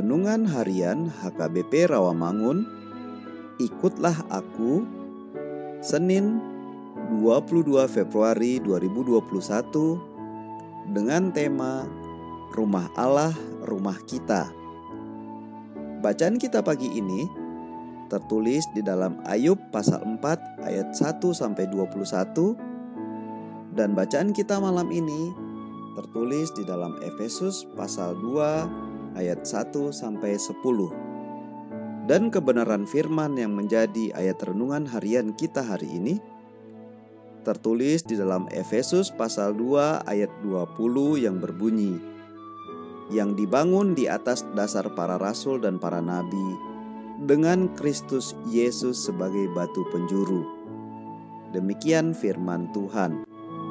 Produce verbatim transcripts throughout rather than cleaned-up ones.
Renungan Harian H K B P Rawamangun. Ikutlah aku. Senin dua puluh dua Februari dua ribu dua puluh satu dengan tema Rumah Allah, Rumah Kita. Bacaan kita pagi ini tertulis di dalam Ayub pasal empat ayat satu sampai dua puluh satu, dan bacaan kita malam ini tertulis di dalam Efesus pasal dua ayat satu sampai sepuluh. Dan kebenaran firman yang menjadi ayat renungan harian kita hari ini tertulis di dalam Efesus pasal dua ayat dua puluh yang berbunyi, yang dibangun di atas dasar para rasul dan para nabi, dengan Kristus Yesus sebagai batu penjuru. Demikian firman Tuhan.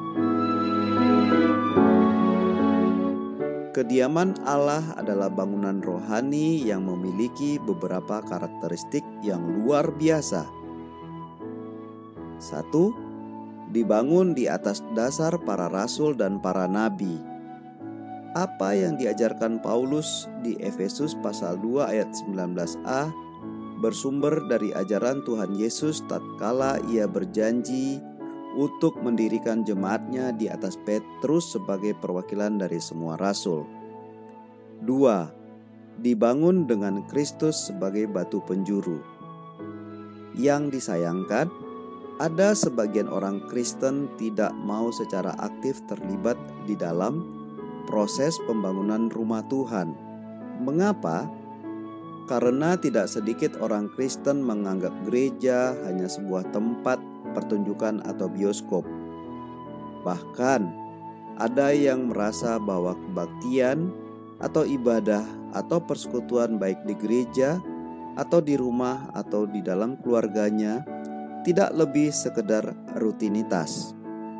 Kediaman Allah adalah bangunan rohani yang memiliki beberapa karakteristik yang luar biasa. Satu, dibangun di atas dasar para rasul dan para nabi. Apa yang diajarkan Paulus di Efesus pasal dua ayat sembilan belas a bersumber dari ajaran Tuhan Yesus tatkala ia berjanji untuk mendirikan jemaatnya di atas Petrus sebagai perwakilan dari semua rasul. Dua, dibangun dengan Kristus sebagai batu penjuru. Yang disayangkan, ada sebagian orang Kristen tidak mau secara aktif terlibat di dalam proses pembangunan rumah Tuhan. Mengapa? Karena tidak sedikit orang Kristen menganggap gereja hanya sebuah tempat pertunjukan atau bioskop. Bahkan ada yang merasa bahwa kebaktian atau ibadah atau persekutuan baik di gereja atau di rumah atau di dalam keluarganya tidak lebih sekedar rutinitas.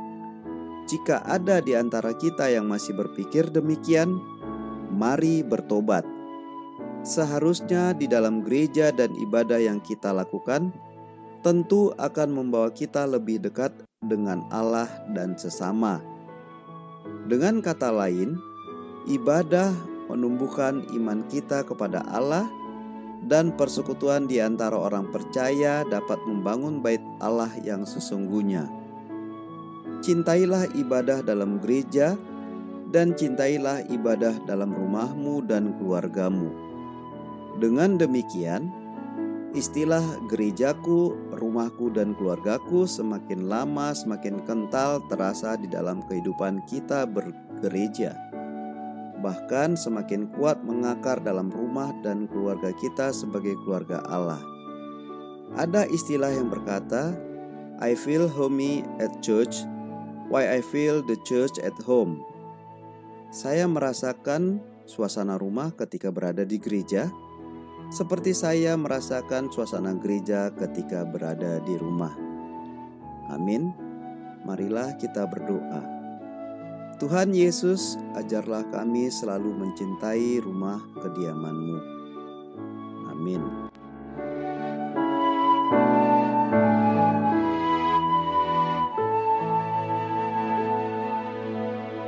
Jika ada di antara kita yang masih berpikir demikian, mari bertobat. Seharusnya di dalam gereja dan ibadah yang kita lakukan tentu akan membawa kita lebih dekat dengan Allah dan sesama. Dengan kata lain, ibadah menumbuhkan iman kita kepada Allah, dan persekutuan di antara orang percaya dapat membangun bait Allah yang sesungguhnya. Cintailah ibadah dalam gereja, dan cintailah ibadah dalam rumahmu dan keluargamu. Dengan demikian, istilah gerejaku, rumahku, dan keluargaku semakin lama semakin kental terasa di dalam kehidupan kita bergereja. Bahkan semakin kuat mengakar dalam rumah dan keluarga kita sebagai keluarga Allah. Ada istilah yang berkata, I feel homey at church, why I feel the church at home. Saya merasakan suasana rumah ketika berada di gereja, seperti saya merasakan suasana gereja ketika berada di rumah. Amin. Marilah kita berdoa. Tuhan Yesus, ajarlah kami selalu mencintai rumah kediaman-Mu. Amin.